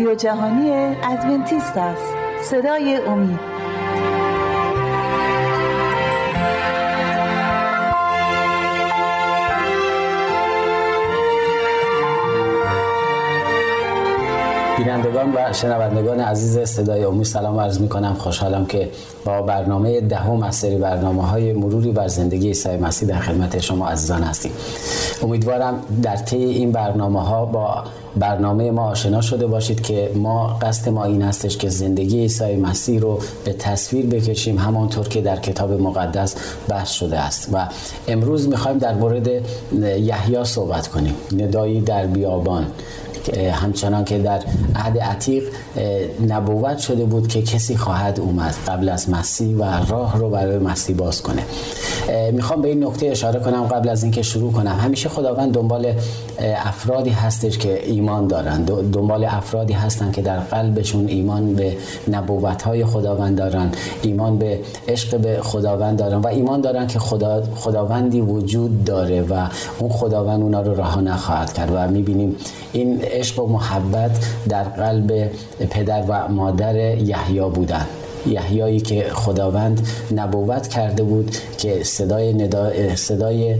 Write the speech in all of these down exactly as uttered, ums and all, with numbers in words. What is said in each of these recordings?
رادیو جهانی ادونتیست است. صدای امید. بینندگان و شنوندگان عزیز صدای امید سلام عرض می‌کنم. خوشحالم که با برنامه دهم از سری برنامه‌های مروری بر زندگی عیسی مسیح در خدمت شما عزیزان هستیم. امیدوارم در طی این برنامه‌ها با برنامه ما آشنا شده باشید که ما قصد ما این هستش که زندگی عیسی مسیح رو به تصویر بکشیم همانطور که در کتاب مقدس بحث شده است. و امروز می‌خوایم در مورد یحیی صحبت کنیم. ندایی در بیابان، همچنان که در عهد عتیق نبوت شده بود که کسی خواهد اومد قبل از مسیح و راه رو برای مسیح باز کنه. میخوام به این نکته اشاره کنم قبل از اینکه شروع کنم. همیشه خداوند دنبال افرادی هستش که ایمان دارن، دنبال افرادی هستن که در قلبشون ایمان به نبوت‌های خداوند دارن، ایمان به عشق به خداوند دارن و ایمان دارن که خدا خداوندی وجود داره و اون خداوند اونا رو رها نخواهد کرد. و میبینیم این عشق و محبت در قلب پدر و مادر یحیی بودن. یحیایی که خداوند نبوت کرده بود که صدای ندا صدای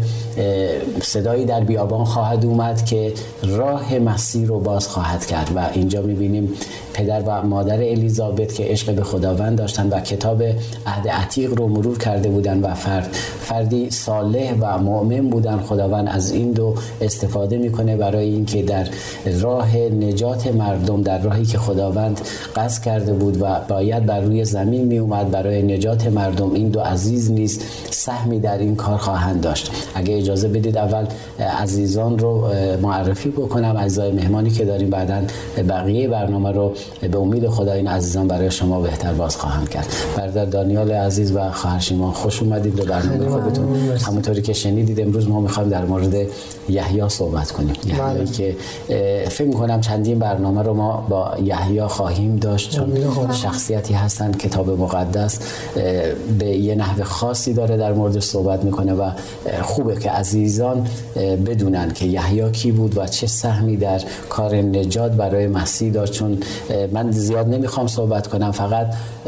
صدایی در بیابان خواهد اومد که راه مسیح رو باز خواهد کرد. و اینجا می‌بینیم پدر و مادر الیزابت که عشق به خداوند داشتن و کتاب عهد عتیق رو مرور کرده بودن و فرد فردی صالح و مؤمن بودن. خداوند از این دو استفاده میکنه برای اینکه در راه نجات مردم، در راهی که خداوند قصد کرده بود و باید بر روی زمین می اومد برای نجات مردم، این دو عزیز نیز سهمی در این کار خواهند داشت. اگه اجازه بدید اول عزیزان رو معرفی بکنم، عزیزای مهمانی که داریم، بعداً بقیه برنامه رو به امید خدا این عزیزان برای شما بهتر باز خواهم کرد. برادر دانیال عزیز و خواهر شیما خوش اومدید به برنامه خودتون. همونطوری که شنیدید امروز ما می‌خوایم در مورد یحیی صحبت کنیم. یحیی که فکر می‌کنم چندین برنامه رو ما با یحیی خواهیم داشت، چون شخصیتی هستن کتاب مقدس به یه نحو خاصی داره در موردش صحبت میکنه و خوبه که عزیزان بدونن که یحیی کی بود و چه سهمی در کار نجات برای مسیح داشت. چون من زیاد نمیخوام صحبت کنم، فقط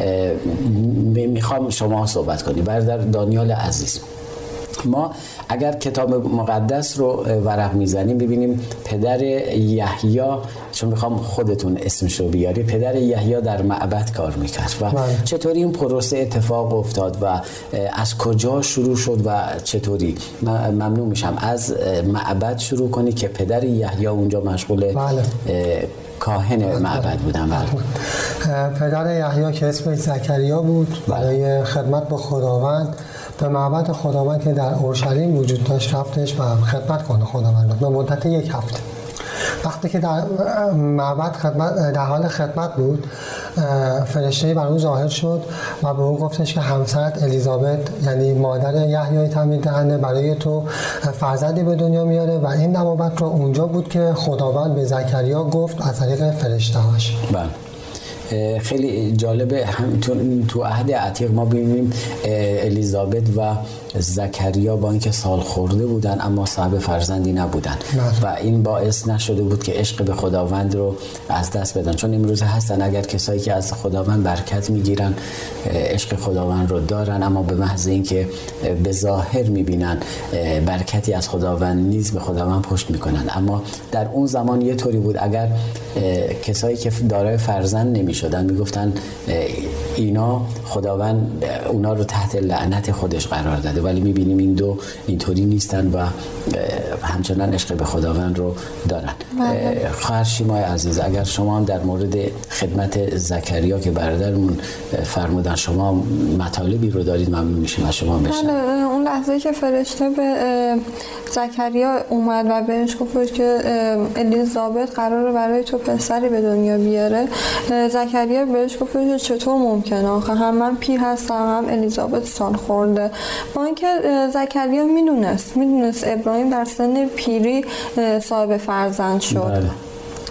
میخوام شما صحبت کنی. برادر دانیال عزیز، ما اگر کتاب مقدس رو ورق میزنیم ببینیم پدر یحیی، چون میخوام خودتون اسمش رو بیاری، پدر یحیی در معبد کار میکرد و من. چطوری این پروسه اتفاق افتاد و از کجا شروع شد و چطوری؟ ممنون میشم از معبد شروع کنی که پدر یحیی اونجا مشغول بله. کاهن معبد بودن. بله. پدر یحیی که اسمش زکریا بود برای خدمت به خداوند به معبد خداوند که در اورشلیم وجود داشت رفتش و خدمت کنه خداوند به مدت یک هفته. وقتی که در معبد خدمت در حال خدمت بود، فرشته‌ای بر او ظاهر شد و به او گفتش که همسرت الیزابت یعنی مادر یحیی تمید دهنده برای تو فرزندی به دنیا میاره و این نبوت رو اونجا بود که خداوند به زکریا گفت از طریق فرشته‌هاش. بله. خیلی جالبه. هم تو, تو عهد عتیق ما ببینیم الیزابت و زکریا با اینکه سال خورده بودن اما صاحب فرزندی نبودن و این باعث نشده بود که عشق به خداوند رو از دست بدن. چون امروز هستن اگر کسایی که از خداوند برکت میگیرن، عشق خداوند رو دارن، اما به محض اینکه به ظاهر میبینن برکتی از خداوند نیز به خداوند پشت میکنن. اما در اون زمان یه طوری بود، اگر کسایی که دارای فرزند نمیشدن میگفتن اینا خداوند اونا رو تحت لعنت خودش قرار داده، ولی میبینیم این دو اینطوری نیستن و همچنان عشق به خداوند رو دارن. خواهر شیمای عزیز، اگر شما هم در مورد خدمت زکریا که برادرمون فرمودن شما مطالبی رو دارید، ممنون میشیم از شما بشنویم. اون لحظه که فرشته به زکریا اومد و بهش گفت که الیزابت قراره برای تو پسری به دنیا بیاره، زکریا بهش گفت که چطور ممکنه؟ آخه هم من پیر هستم هم الیزابت سال خورده. با اینکه زکریا میدونست میدونست ابراهیم در سن پیری صاحب فرزند شد. بله.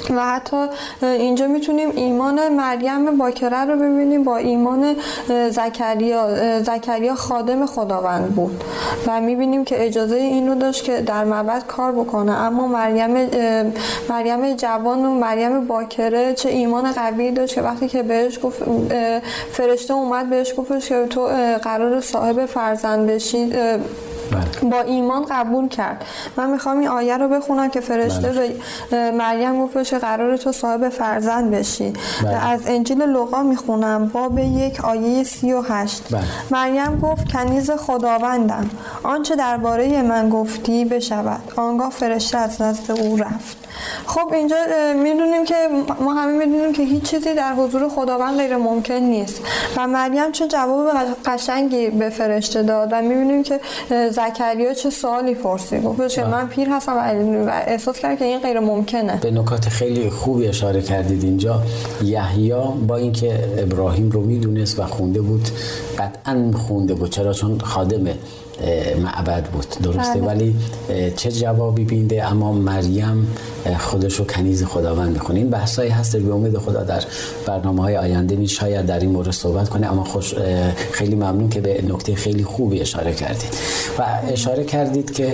و حتی اینجا میتونیم ایمان مریم باکره رو ببینیم با ایمان زکریا. زکریا خادم خداوند بود و میبینیم که اجازه این رو داشت که در معبد کار بکنه، اما مریم مریم جوان و مریم باکره چه ایمان قوی داشت که وقتی که بهش گفت، فرشته اومد بهش گفتش که تو قرار صاحب فرزند بشی، با ایمان قبول کرد. من میخوام این آیه رو بخونم که فرشته به مریم گفتش که قراره تو صاحب فرزند بشی. بله. از انجیل لوقا میخونم باب یک آیه سی و هشت. بله. مریم گفت کنیز خداوندم، آنچه درباره من گفتی بشود. آنگاه فرشته از نزد او رفت. خب اینجا میدونیم که ما همه میدونیم که هیچ چیزی در حضور خداوند غیر ممکن نیست و مریم چه جواب قشنگی به فرشته داد و میبینیم که زکریا چه سوالی پرسید، گفت که من پیر هستم و احساس کرد که این غیر ممکنه. به نکات خیلی خوبی اشاره کردید اینجا. یحیی با اینکه ابراهیم رو میدونست و خونده بود، قطعا خونده بود، چرا؟ چون خادم معبد بود، درسته؟ بله. ولی چه جوابی بینده؟ اما مریم خودش رو کنیز خداوند میخونه. این بحثایی هست به امید خدا در برنامه‌های آینده می شاید در این مورد صحبت کنه، اما خوش خیلی ممنون که به نکته خیلی خوبی اشاره کردید و اشاره کردید که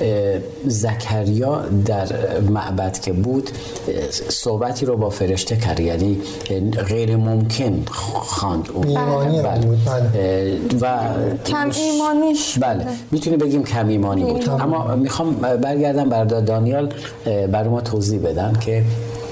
زکریا در معبد که بود صحبتی رو با فرشته کرد، یعنی غیر ممکن خواند اون. ایمانی بود. و کم ایمانیش بله میتونی بگیم کم ایمانی بود. اما میخوام برگردم برادر دانیال برای ما توضیح بدن که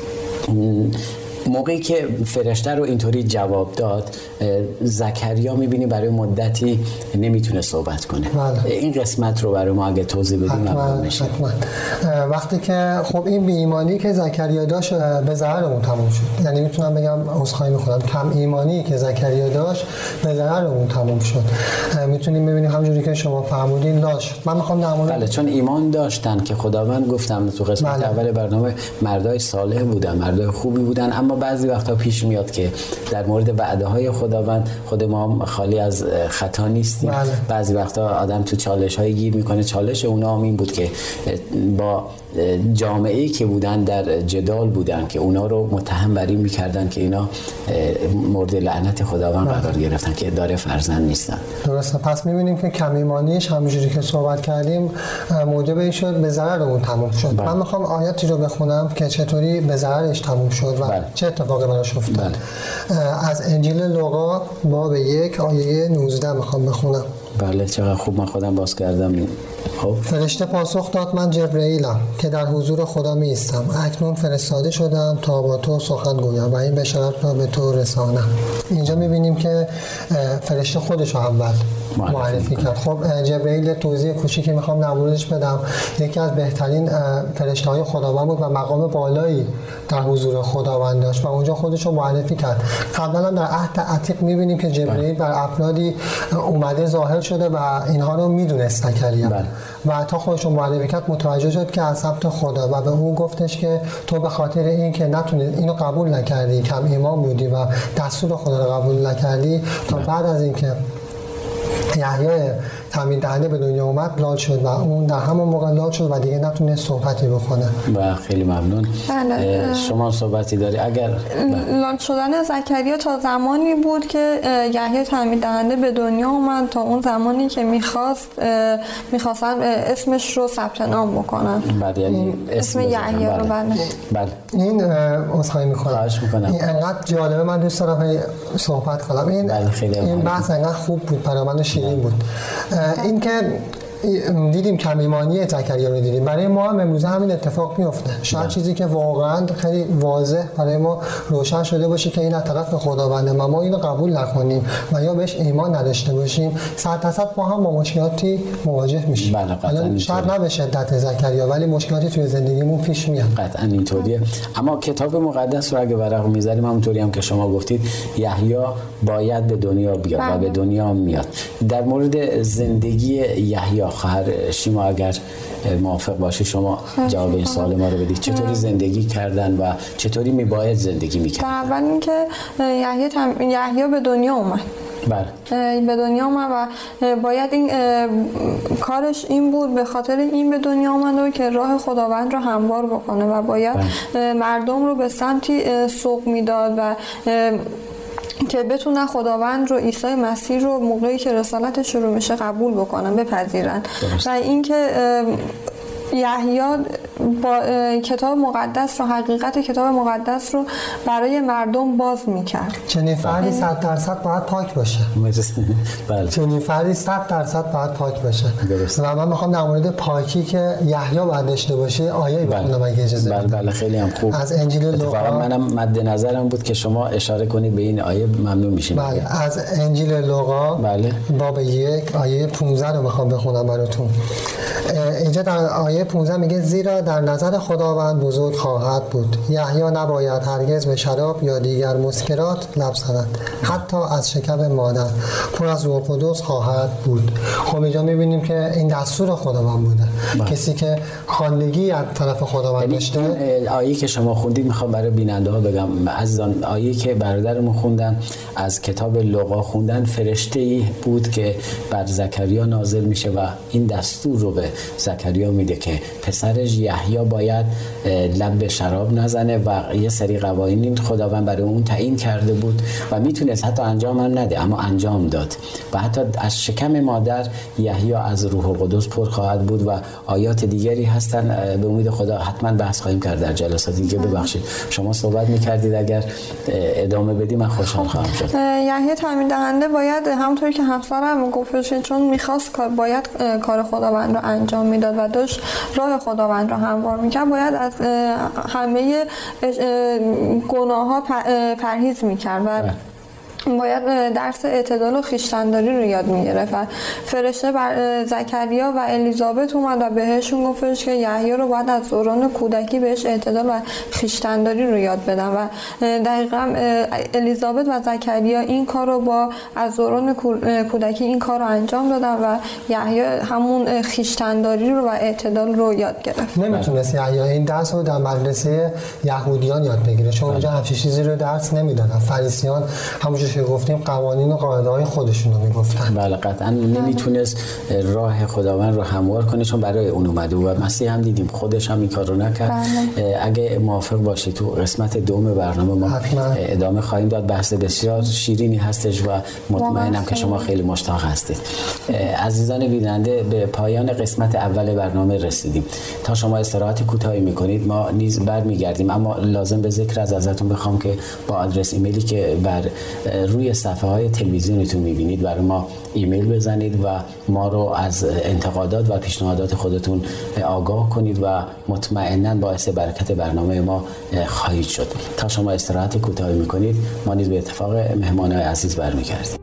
موقعی که فرشته رو اینطوری جواب داد، زکریا میبینی برای مدتی نمیتونه صحبت کنه. بله. این قسمت رو برای ما اگه توضیح بدیم ممنون میشه. وقتی که خب این بی ایمانی که زکریا داشت به ضررمون تموم شد، یعنی میتونم بگم عذرخواهی میکنم، کم ایمانی که زکریا داشت به ضررمون تموم شد. میتونیم ببینیم همونجوری که شما فرمودین لاش. من میخوام در مورد بله، چون ایمان داشتن که خداوند گفتم تو قسمت بله. اول برنامه مردای صالح بودن، مردای خوبی بودن، اما بعضی وقتا پیش میاد که در مورد وعده های خداوند خود ما خالی از خطا نیستیم. بله. بعضی وقتا آدم تو چالش های گیر میکنه. چالش اونا هم این بود که با جامعه‌ای که بودن در جدال بودن که اونا رو متهم بر این میکردن که اینا مورد لعنت خداوند قرار گرفتن که داره فرزند نیستن. درسته. پس میبینیم که کم ایمانیش همونجوری که صحبت کردیم موجب این شد به ضرر اون تموم شد. بله. من میخوام آیاتی رو بخونم که چطوری به ضررش تموم شد و بله. چه اتفاقی براش افتاد. بله. از انجیل لوقا باب یک آیه نوزده میخوام بخونم. بله چقدر خوب، من خودم باز کردم. خب فرشته پاسخ داد من جبرئیلم که در حضور خدا می ایستم. اکنون فرستاده شدم تا با تو سخن گویم و این بشارت را به تو رسانم. اینجا می بینیم که فرشته خودش رو اول معرفی کرد. خب جبرئیل توضیح کوچیکی میخوام در موردش بدم. یکی از بهترین فرشته های خداوند بود و مقام بالایی در حضور خداوند داشت و اونجا خودش رو معرفی کرد. قبلا هم در عهد عتیق می بینیم که جبرئیل بر افرادی اومده ظاهر شده و اینها رو میدونست زکریا و تا خودش رو معرفی کرد متوجه شد که از سمت خدا و به اون گفتش که تو به خاطر این که نتونی اینو قبول نکردی، کم ایمان بودی و دستور خدا رو قبول نکردی، تا بعد از اینکه یحیی تعمید دهنده به دنیا اومد لال شد و اون در همون موقع لال شد و دیگه نتونست صحبتی بکنه. و خیلی ممنون. بله. شما صحبتی داری؟ اگر لال شدن زکریا تا زمانی بود که یحیی تعمید دهنده به دنیا اومد تا اون زمانی که میخواست میخواستن اسمش رو ثبت نام بکنن. بله یعنی اسم یحیی رو. بله. بله. این عذرخواهی میکنم. خواهش میکنم. این انقدر جالبه، من دوست دارم صحبت کنم. این بله خیلی این بحث انقدر خوب بود برای من، شیرین بود. این که دیدیم کم ایمانی زکریا رو دیدیم، برای ما هم امروز همین اتفاق میفته. شاید چیزی که واقعا خیلی واضح برای ما روشن شده باشه که این از طرف خداونده، ما ما اینو قبول نکنیم و یا بهش ایمان نداشته باشیم، صد درصد ما هم با مشکلاتی مواجه میشیم. بله شاید نه به شدت زکریا ولی مشکلاتی توی زندگیمون پیش میاد. قطعا اینطوریه. اما کتاب مقدس رو اگه ورق می‌ذاریم همونطوری هم که شما گفتید یحیی باید به دنیا بیاد و به دنیا میاد. در مورد زندگی یحیی خواهر شیما اگر موافق باشی شما جواب این سوال ما رو بدید. چطوری زندگی کردن و چطوری میباید زندگی میکردن؟ اول اینکه یحیی تم... یحیی به دنیا اومد بله. به دنیا آمد و باید این کارش این بود، به خاطر این به دنیا آمد که راه خداوند رو هموار بکنه و باید بله. مردم رو به سمتی سوق میداد و که بتونن خداوند رو، عیسی مسیح رو موقعی که رسالت شروع میشه قبول بکنن، بپذیرن. و اینکه یحیی با کتاب مقدس رو، حقیقت کتاب مقدس رو برای مردم باز میکرد. چنین فردی صد درصد باید پاک باشه. بله. چنین فردی صد درصد باید پاک باشه. و من میخوام در مورد پاکی که یحیی باید داشته باشه آیه بخونم اگه اجازه بدید. بله بله خیلی هم خوب. از انجیل لوقا. منم مد نظرم بود که شما اشاره کنید به این آیه، ممنون میشیم. بله. از انجیل لوقا بله. باب یک آیه پانزده رو میخوام بخونم براتون. اینجا در آیه پانزده میگه زیرا در نظر خداوند بزرگ خواهد بود، یحیی نباید هرگز به شراب یا دیگر مسکرات لب زند، حتی از شکم مادر پر از روح القدس خواهد بود. خب اینجا میبینیم که این دستور خداوند بوده. با. کسی که خواندگی از طرف خداوند داشته. آیه که شما خوندید میخوام برای بیننده ها بگم عزیزان، آیه که برادرمون خوندن از کتاب لوقا خوندن، فرشته‌ای بود که بر زکریا نازل میشه و این دستور رو به زکریا میده که پسرش یحیی باید لب به شراب نزنه و یه سری قوانین خداوند برای اون تعیین کرده بود و میتونست حتی انجام هم نده، اما انجام داد و حتی از شکم مادر یحیی از روح القدس پر خواهد بود و آیات دیگری هستن. به امید خدا حتما بحث خواهیم کرد در جلسات دیگه. ببخشید شما صحبت میکردید، اگر ادامه بدی من خوشحال خواهم شد. یحیی تعمید دهنده باید همونطوری که همسرم گفتش، چون میخواست باید کار خداوند رو انجام میداد و داشت راه خداوند رو هموار میکرد، باید از همه گناه ها پرهیز میکرد و باید درس اعتدال و خویشتن‌داری رو یاد میگرفت. و فرشته بر زکریا و الیزابت اومد و بهشون گفتش که یحیی رو باید از دوران کودکی بهش اعتدال و خویشتن‌داری رو یاد بدن و دقیقاً الیزابت و زکریا این کار رو با از دوران کودکی این کار رو انجام دادن و یحیی همون خویشتن‌داری رو و اعتدال رو یاد گرفت. نمیتونست یحیی این درس رو در مدرسه یهودیان یاد بگیره، چون اونجا همچین چیزی رو درس نمیدادن. فریسیان همونجوری که گفتیم قوانین و قاعده‌های خودشون رو میگفتن. بله قطعا نمیتونست راه خداوند رو هموار کنه، چون برای اون اومده و مسیح هم دیدیم خودش هم این کار رو نکرد. بله. اگه موافق باشید تو قسمت دوم برنامه ما حتما ادامه خواهیم داد. بحث بسیار شیرینی هستش و مطمئنم که شما خیلی مشتاق هستید. عزیزان بیننده به پایان قسمت اول برنامه رسیدیم. تا شما استراحت کوتاهی میکنید ما نیز برمیگردیم، اما لازم به ذکر از ازتون بخوام که با آدرس ایمیلی که بر روی صفحه های تلویزیونتون میبینید برای ما ایمیل بزنید و ما رو از انتقادات و پیشنهادات خودتون آگاه کنید و مطمئناً باعث برکت برنامه ما خواهید شد. تا شما استراحت کوتاهی میکنید ما نیز به اتفاق مهمانای عزیز برمیگردیم.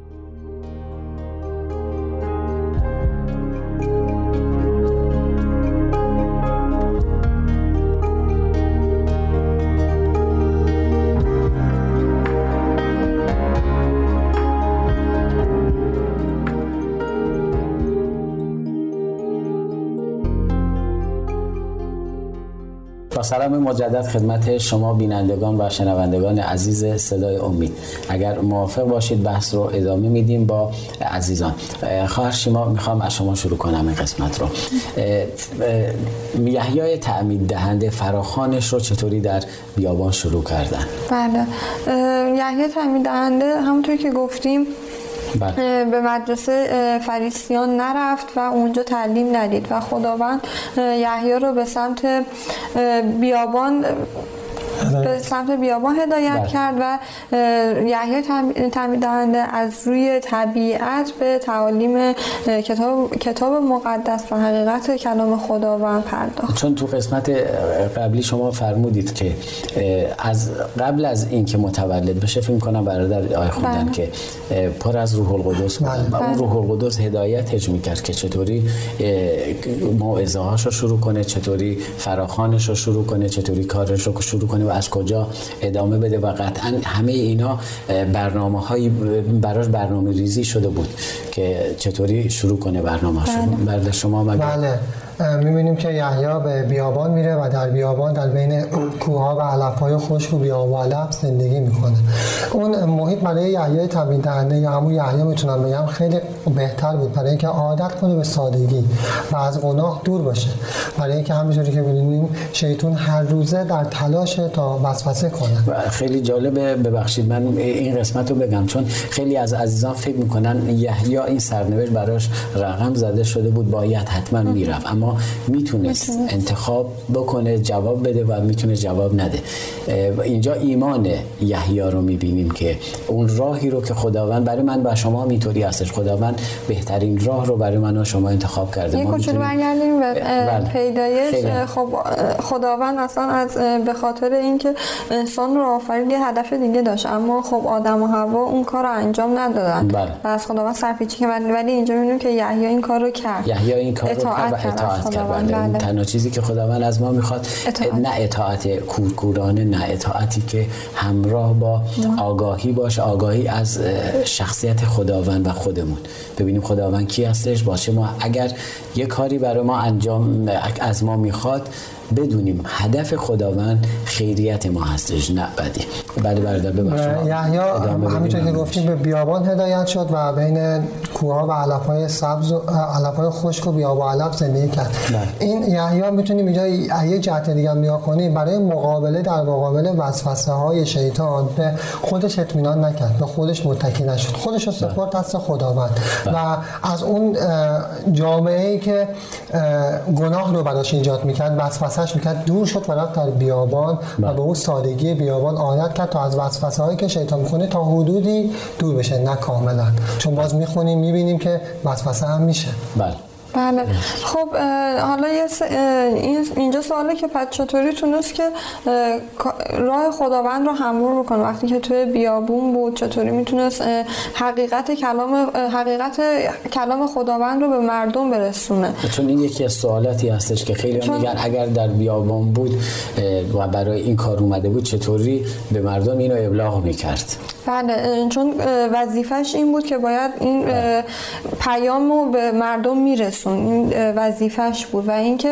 با سلام مجدد خدمت شما بینندگان و شنوندگان عزیز صدای امید. اگر موافق باشید بحث رو ادامه میدیم با عزیزان. خواهر شیما میخوام از شما شروع کنم این قسمت رو. یحیی تعمید دهنده فراخوانش رو چطوری در بیابان شروع کردن؟ بله یحیی تعمید دهنده همونطور که گفتیم بله. به مدرسه فریسیان نرفت و اونجا تعلیم ندید و خداوند یحیی رو به سمت بیابان به سمت بیابان هدایت بله. کرد و یحیی تعمید دهنده از روی طبیعت به تعالیم کتاب کتاب مقدس و حقیقت کلام خداوند پرداخت. چون تو قسمت قبلی شما فرمودید که از قبل از این که متولد بشه فکر کنم برادر آیه خوندن بله. که پر از روح القدس بله. و اون روح القدس هدایتش میکرد که چطوری موعظه هاشو شروع کنه، چطوری فراخوانش رو شروع کنه، چطوری کارش رو شروع کنه و از کجا ادامه بده و قطعا همه اینا برنامه‌هایی براش برنامه ریزی شده بود که چطوری شروع کنه برنامه‌اشو. بله. برای شما مگه بله می‌بینیم که یحیی به بیابان میره و در بیابان در بین کوه‌ها و علف‌های خشک و بیاب و علف زندگی میکنه. اون محیط برای یحیی تبیین دهنده یا همون یحیی میتونم بگم خیلی بهتر بود برای اینکه عادت کنه به سادگی و از گناه دور باشه، برای اینکه همونجوری که می‌بینیم شیطان هر روزه در تلاشه تا وسوسه کنه. و خیلی جالبه، ببخشید من این قسمت رو بگم چون خیلی از عزیزان فکر میکنن یحیی این سرنوشت براش رقم زده شده بود، باید حتما میرفت، اما میتونست انتخاب بکنه، جواب بده و میتونه جواب نده. اینجا ایمان یحیی رو میبینیم که اون راهی رو که خداوند برای من و شما میطوری هستش، خداوند بهترین راه رو برای من و شما انتخاب کرده. یه کوچولو برگردیم به پیدایش. خب خداوند اصلا از به خاطر اینکه انسان رو آفرید یه هدف دیگه داشت، اما خب آدم و حوا اون کار رو انجام ندادن و از خداوند سرپیچی کرد، ولی اینجا میبینیم که یحیی این کار رو کرد. یحیی این کار رو کرد و اطاعت کرد. بله. تنها چیزی که خداوند از ما میخواد اطاعت. نه اطاعت کورکورانه، نه اطاعتی که همراه با آگاهی باشه، آگاهی از شخصیت خداوند و خودمون. ببینیم خداوند کی هستش، باشه ما اگر یه کاری برای ما انجام از ما میخواد بدونیم هدف خداوند خیریت ما هستش، نه بدی. بله برادر ببخشید. یحیی همونطور که گفتیم به بیابان هدایت شد و بین کوه‌ها و علف‌های سبز و علف‌های خشک و بیاب و علف زندگی کرد. بله. این یحیی میتونیم اینجا یه جهت دیگه نگاه کنیم، برای مقابله در مقابل وسوسه‌های شیطان به خودش اطمینان نکرد، به خودش متکی نشد، خودش رو سپرد دست خداوند. بله. و از اون جامعه‌ای که گناه رو براش ایجاد می‌کرد وسوسه میکرد دور شد و رفت در بیابان و به اون سادگی بیابان عادت کرد تا از وسوسه هایی که شیطان میکنه تا حدودی دور بشه، نه کاملا، چون باز میخونیم میبینیم که وسوسه هم میشه. بله. بله. خب حالا یه س... اینجا سواله که پس چطوری تونست که راه خداوند رو همراه بکنه وقتی که توی بیابون بود؟ چطوری میتونست حقیقت کلام حقیقت کلام خداوند رو به مردم برسونه؟ چون این یکی از سوالاتی هستش که خیلی چون... میگن اگر در بیابان بود و برای این کار اومده بود چطوری به مردم اینو ابلاغ میکرد؟ بله، چون وظیفش این بود که باید این پیام رو به مردم میرسون، این وظیفش بود. و اینکه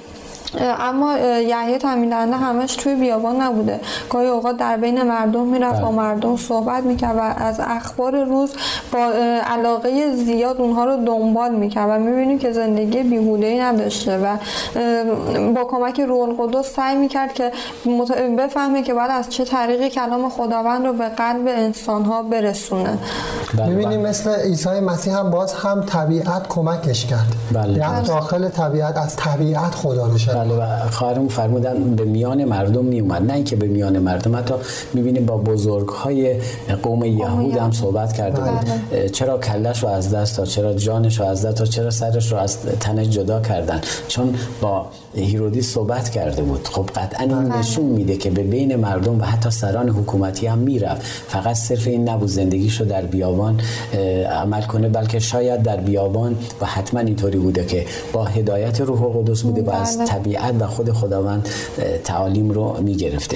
اما یحیی تبیین دهنده همش توی بیابان نبوده، گاهی اوقات در بین مردم میرفت، با مردم صحبت میکرد و از اخبار روز با علاقه زیاد اونها رو دنبال میکرد و میبینیم که زندگی بیهوده‌ای نداشته و با کمک روح القدس سعی میکرد که بفهمه که باید از چه طریقی کلام خداوند رو به قلب انسانها برسونه. میبینیم مثل عیسی مسیح هم باز هم طبیعت کمکش کرد. بله. یعنی داخل طبیعت از طبیعت خدا رو شد. بله. و خواهرم فرمودن به میان مردم می اومد، نه اینکه به میان مردم، حتی میبینیم با بزرگهای قوم یهود هم صحبت کرده بود. بله. چرا کلش رو از دست داد، چرا جانش رو از دست داد، چرا سرش رو از تنش جدا کردن؟ چون با هیرودیس صحبت کرده بود. خب قطعا این نشون میده که به بین مردم و حتی سران حکومتی هم میرفت، فقط صرف این نبود زندگیشو در بیابان عمل کنه، بلکه شاید در بیابان و حتما اینطوری بوده که با هدایت روح القدس بوده و از طبیعت و خود خداوند تعالیم رو میگرفته.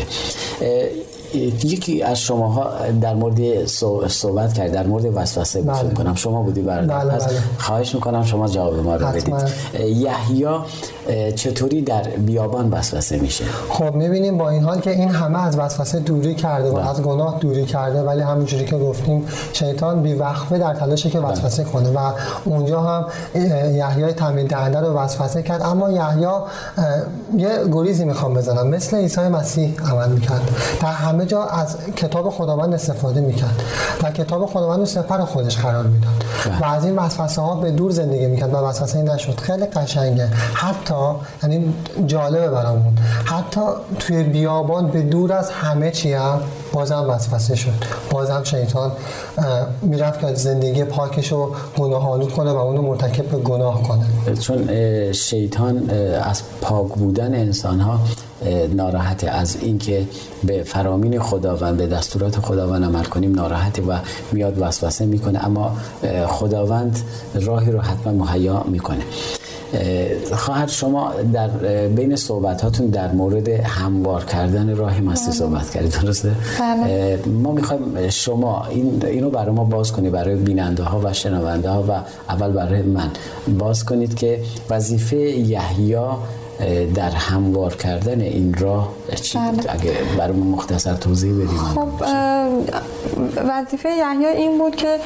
یکی از شماها در مورد صحبت کرد در مورد وسوسه بود. فکر کنم شما بودی برادر. بله بله. خواهش میکنم شما جواب ما رو بدید. یحیی چطوری در بیابان وسوسه میشه؟ خب میبینیم با این حال که این همه از وسوسه دوری کرده و بله. از گناه دوری کرده، ولی همونجوری که گفتیم شیطان بی‌وقفه در تلاشه که وسوسه بله. کنه و اونجا هم یحیی تبیین دهنده رو وسوسه کرد. اما یحیی یه گریزی میخوام بزنم، مثل عیسی مسیح عمل میکرد، در همه جا از کتاب خداوند استفاده میکرد و کتاب خداوند رو سپر خودش قرار میداد و از این وسوسه ها به دور زندگی میکرد و وسوسه نشد. خیلی قشنگه، حتی یعنی جالبه برامون، حتی توی بیابان به دور از همه چی هم بازم وسوسه شد، بازم شیطان میرفت که زندگی پاکش رو گناه‌آلود کنه و اونو مرتکب به گناه کنه. چون شیطان از پاک بودن انسان ها ناراحته، از اینکه به فرامین خداوند به دستورات خداوند عمل کنیم ناراحته و میاد وسوسه میکنه، اما خداوند راهی رو حتما مهیا میکنه. خواهر شما در بین صحبتاتون در مورد هموار کردن راه مسیح صحبت کردید، درسته؟ بله. ما میخوایم شما این اینو برای ما باز کنید، برای بیننده ها و شنونده ها و اول برای من باز کنید که وظیفه یحیی در هموار کردن این راه چی بود؟ بله. اگه برای ما مختصر توضیح بدیم. خب وظیفه یحیی این بود که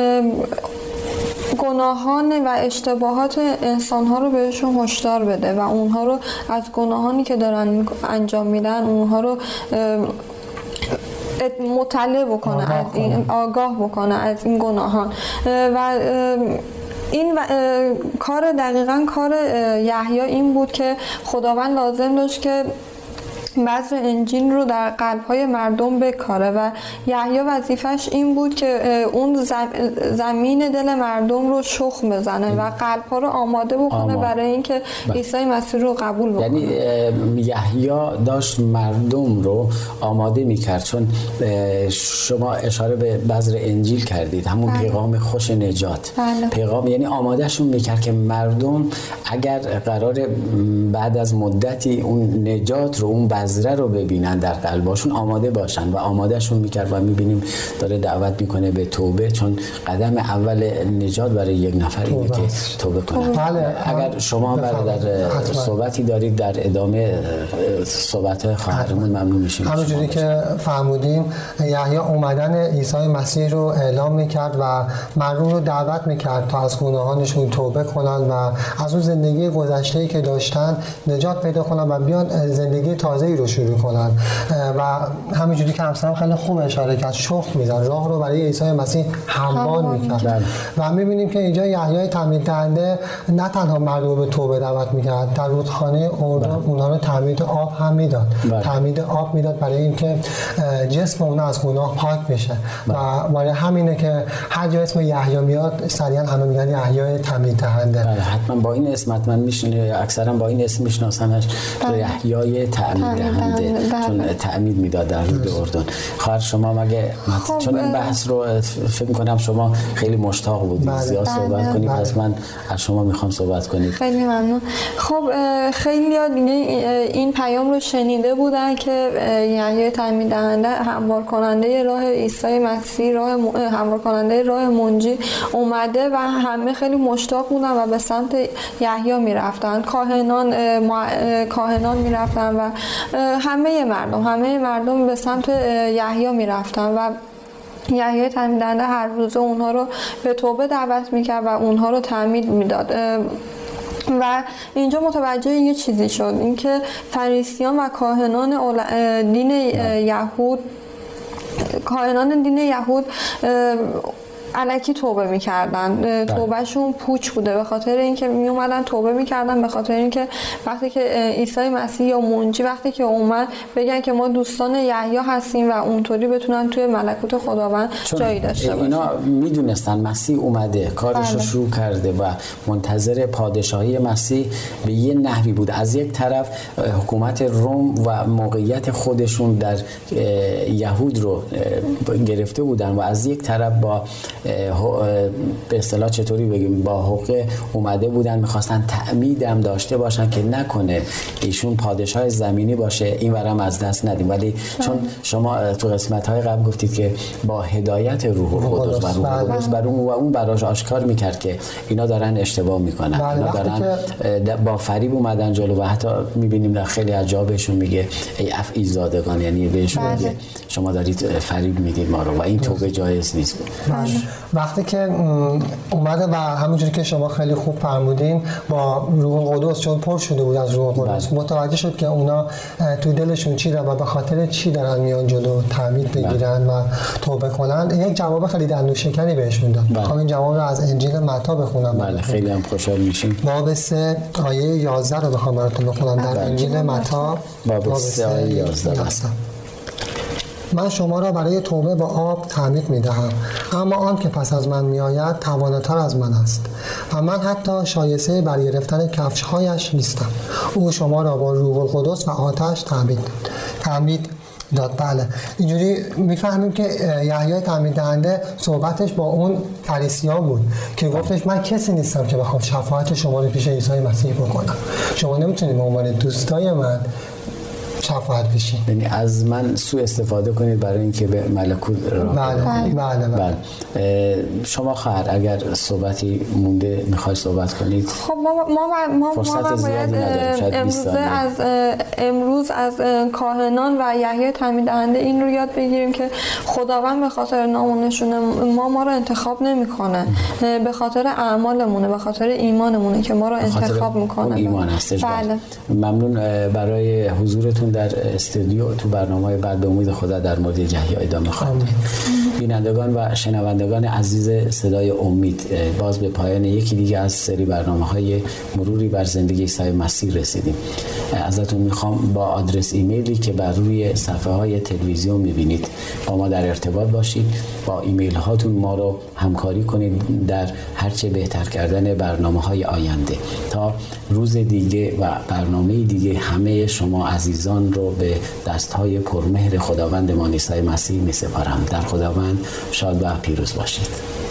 گناهان و اشتباهات انسان‌ها رو بهشون هشدار بده و اونها رو از گناهانی که دارن انجام میدن اونها رو مطلع بکنه، از این آگاه بکنه از این گناهان. و این کار دقیقاً کار یحیی این بود که خداوند لازم داشت که بذر انجیل رو در قلب‌های مردم بکاره و یحیی وظیفش این بود که اون زمین دل مردم رو شخم بزنه و قلب‌ها رو آماده بکنه آماد. برای اینکه عیسی مسیح رو قبول بکنه. یعنی یحیی داشت مردم رو آماده می‌کرد، چون شما اشاره به بذر انجیل کردید، همون بله. پیغام خوش نجات. بله. پیغام یعنی آمادهشون می‌کرد که مردم اگر قرار بعد از مدتی اون نجات رو، اون بذره رو ببینن در قلباشون، آماده باشن و آمادهشون میکرد و میبینیم داره دعوت میکنه به توبه، چون قدم اول نجات برای یک نفر اینه که توبه کنه. بله. اگر شما برادر صحبتی دارید در ادامه صحبت خواهرمون ممنون میشیم. همونجوری که فرمودیم یحیی اومدن عیسی مسیح رو اعلام میکرد و مردم رو دعوت میکرد تا از گناهانشون توبه کنن و از اون زندگی گذشته‌ای که داشتن نجات پیدا کنن و بیان زندگی تازه رو شروع کنن. و همینجوری که همسرم خیلی خوب اشاره کرد، شخم میزن، راه رو برای عیسی مسیح هموار میکرد. و میبینیم که اینجا یحیی تعمید دهنده نه تنها مردم به توبه دعوت میکرد، در رودخانه اردن اونها رو تعمید آب هم میداد. تعمید آب میداد برای اینکه جسم اونها از گناه پاک بشه. و برای همینه که هر جا اسم یحیی میاد سریعا همه میگن یحیی تعمید دهنده. بله، حتما با این اسم حتما میشنه، اکثرا با این اسم میشناسنش، یحیی تعمید دهنده، چون تعمید میداد در رود اردن. خواهر شما مگه خب چون این بحث رو فکر می‌کنم شما خیلی مشتاق بودید بله. زیاد بله. صحبت کنید، پس من از شما میخوام صحبت کنید. خیلی ممنون. خب خیلی ها دیگه این پیام رو شنیده بودن که یحیی تعمید دهنده هموار کننده راه عیسی مسیح، راه هموار کننده راه منجی اومده و همه خیلی مشتاق بودن و به سمت یحیی میرفتن. کاهنان کاهنان میرفتن و همه مردم همه مردم به سمت یحیی میرفتن و یحیی تعمید دهنده هر روز اونها رو به توبه دعوت میکرد و اونها رو تعمید میداد. و اینجا متوجه یه چیزی شد، اینکه فریسیان و کاهنان دین یهود کاهنان دین یهود الکی توبه میکردن، توبهشون پوچ بوده به خاطر اینکه می اومدن توبه میکردن، به خاطر اینکه وقتی که عیسی مسیح یا منجی وقتی که اومد بگن که ما دوستان یحیی هستیم و اونطوری بتونن توی ملکوت خداوند جایی داشته باشن. اینا میدونستن مسیح اومده، کارش رو شروع کرده و منتظر پادشاهی مسیح به یه نحوی بود. از یک طرف حکومت روم و موقعیت خودشون در یهود رو گرفته بودن و از یک طرف با به اصطلاح چطوری بگیم با حقوق اومده بودن، میخواستن تعمید هم داشته باشن که نکنه ایشون پادشاه زمینی باشه، این ورم از دست ندیم. ولی چون شما تو قسمت های قبل گفتید که با هدایت روح القدس و روح القدس بر اون و اون براش آشکار میکرد که اینا دارن اشتباه میکنن، اینا دارن با فریب اومدن جلو و حتی میبینیم در خیلی از جا بهشون میگه ای افعی زادگان، یعنی بهشون میگه شما دارید فریب میدید ما رو و این توبه جایز نیست. وقتی که اومده و همونجوری که شما خیلی خوب فرمودین با روح القدس، چون پر شده بود از روح القدس، متوجه شد که اونا تو دلشون چی دارن و به خاطر چی دارن میان جلو تعمید بگیرن و توبه کنن. یک جواب خیلی دندونشکنی بهشون داد. میخوام این جواب رو از انجیل متی بخونم. بله خیلی هم خوشحال میشیم. باب سه آیه یازده رو بخوام براتون بخونم در انجیل متی باب سه آیه یازده. من شما را برای توبه با آب تعمید می‌دهم، اما آن که پس از من می‌آید تواناتر از من است و من حتی شایسته برگرفتن کفش‌هایش نیستم. او شما را با روح القدس و آتش تعمید تعمید داد. بله اینجوری میفهمیم که یحیی تامین دهنده صحبتش با اون فریسیان بود که گفتش من کسی نیستم که بخوام شفاعت شما رو پیش عیسی مسیح بکنم، شما نمیتونید به عنوان دوستای من شفاعت بشین، یعنی از من سوء استفاده کنید برای اینکه به ملکوت راه بله بله بله. بله. شما خواهر اگر صحبتی مونده میخوای صحبت کنید؟ خب ما ما ما فرصت زیادی نداریم، امروز از امروز از کاهنان و یحیی تامین دهنده این رو یاد بگیریم که خداوند به خاطر نام و نشونه ما ما رو انتخاب نمیکنه، به خاطر اعمالمونه، به خاطر ایمانمونه که ما رو انتخاب میکنه. ایمان هستش. بله. ممنون برای حضورتون در استودیو. تو برنامه‌های بعد به امید خدا در مورد یحیی ادامه خواهیم داد. بینندگان و شنوندگان عزیز صدای امید، باز به پایان یکی دیگه از سری برنامه‌های مروری بر زندگی عیسی مسیح رسیدیم. ازتون میخوام با آدرس ایمیلی که بر روی صفحه‌های تلویزیون می‌بینید با ما در ارتباط باشید، با ایمیل هاتون ما رو همکاری کنید در هرچه بهتر کردن برنامه‌های آینده. تا روز دیگه و برنامه دیگه همه شما عزیزان رو به دست‌های پرمهر خداوندمان عیسی مسیح می‌سپارم. در خداوند شاد و پیروز باشید.